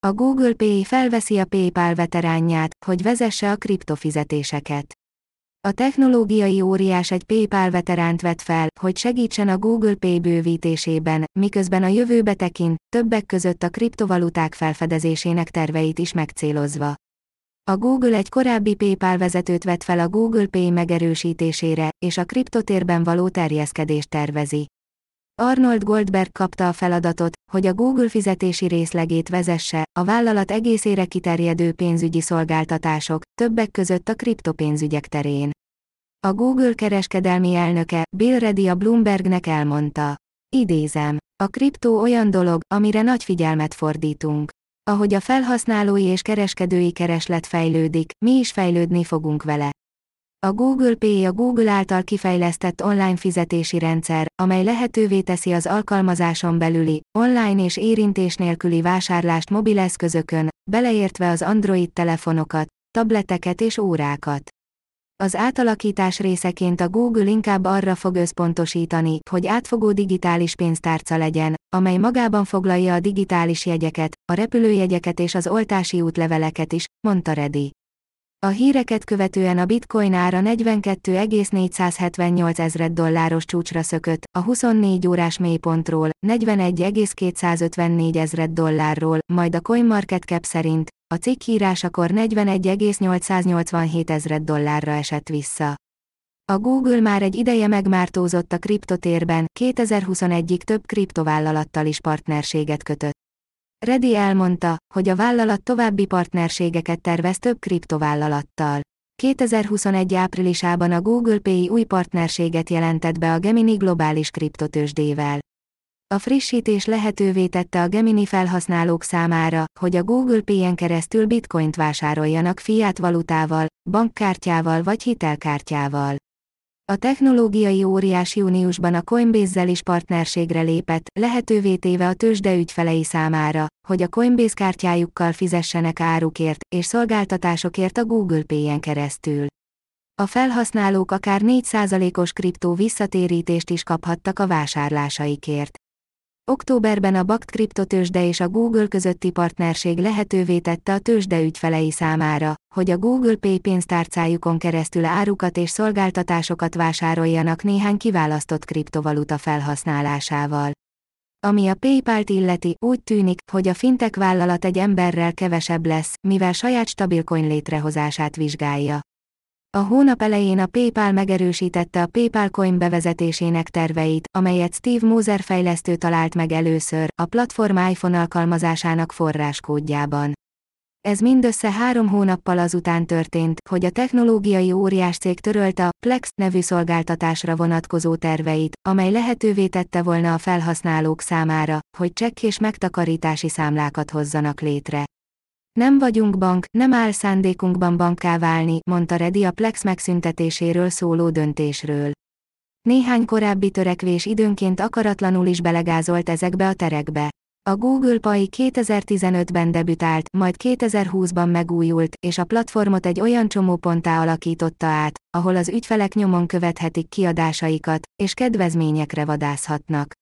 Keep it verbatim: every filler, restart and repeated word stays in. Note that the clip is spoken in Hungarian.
A Google Pay felveszi a PayPal veteránját, hogy vezesse a kriptofizetéseket. A technológiai óriás egy PayPal veteránt vett fel, hogy segítsen a Google Pay bővítésében, miközben a jövőbe tekint, többek között a kriptovaluták felfedezésének terveit is megcélozva. A Google egy korábbi PayPal vezetőt vett fel a Google Pay megerősítésére, és a kriptotérben való terjeszkedést tervezi. Arnold Goldberg kapta a feladatot, hogy a Google fizetési részlegét vezesse, a vállalat egészére kiterjedő pénzügyi szolgáltatások, többek között a kriptopénzügyek terén. A Google kereskedelmi elnöke, Bill Ready a Bloombergnek elmondta. Idézem: a kriptó olyan dolog, amire nagy figyelmet fordítunk. Ahogy a felhasználói és kereskedői kereslet fejlődik, mi is fejlődni fogunk vele. A Google Pay a Google által kifejlesztett online fizetési rendszer, amely lehetővé teszi az alkalmazáson belüli, online és érintés nélküli vásárlást mobileszközökön, beleértve az Android telefonokat, tableteket és órákat. Az átalakítás részeként a Google inkább arra fog összpontosítani, hogy átfogó digitális pénztárca legyen, amely magában foglalja a digitális jegyeket, a repülőjegyeket és az oltási útleveleket is, mondta Reddy. A híreket követően a bitcoin ára negyvenkét egész négyszázhetvennyolc ezred dolláros csúcsra szökött, a huszonnégy órás mélypontról, negyvenegy egész kétszázötvennégy ezred dollárról, majd a CoinMarketCap szerint, a cikk írásakor negyvenegy egész nyolcszáznyolcvanhét ezred dollárra esett vissza. A Google már egy ideje megmártózott a kriptotérben, kétezer-huszonegyig több kriptovállalattal is partnerséget kötött. Reddy elmondta, hogy a vállalat további partnerségeket tervez több kriptovállalattal. kétezer-huszonegy áprilisában a Google Pay új partnerséget jelentett be a Gemini globális kriptotőzsdével. A frissítés lehetővé tette a Gemini felhasználók számára, hogy a Google Pay-en keresztül bitcoint vásároljanak fiat valutával, bankkártyával vagy hitelkártyával. A technológiai óriás júniusban a Coinbase-zel is partnerségre lépett, lehetővé téve a tőzsde ügyfelei számára, hogy a Coinbase kártyájukkal fizessenek árukért és szolgáltatásokért a Google Pay-en keresztül. A felhasználók akár négy százalékos kriptó visszatérítést is kaphattak a vásárlásaikért. Októberben a Bakkt kriptotőzsde és a Google közötti partnerség lehetővé tette a tőzsde ügyfelei számára, hogy a Google Pay pénztárcájukon keresztül árukat és szolgáltatásokat vásároljanak néhány kiválasztott kriptovaluta felhasználásával. Ami a PayPal-t illeti, úgy tűnik, hogy a fintech vállalat egy emberrel kevesebb lesz, mivel saját stabilcoin létrehozását vizsgálja. A hónap elején a PayPal megerősítette a PayPal Coin bevezetésének terveit, amelyet Steve Moser fejlesztő talált meg először, a platform iPhone alkalmazásának forráskódjában. Ez mindössze három hónappal azután történt, hogy a technológiai óriáscég törölte a Plex nevű szolgáltatásra vonatkozó terveit, amely lehetővé tette volna a felhasználók számára, hogy csekk és megtakarítási számlákat hozzanak létre. Nem vagyunk bank, nem áll szándékunkban bankká válni, mondta Reddy a Plex megszüntetéséről szóló döntésről. Néhány korábbi törekvés időnként akaratlanul is belegázolt ezekbe a terekbe. A Google Pay kétezer-tizenötben debütált, majd kétezer-húszban megújult, és a platformot egy olyan csomóponttá alakította át, ahol az ügyfelek nyomon követhetik kiadásaikat, és kedvezményekre vadászhatnak.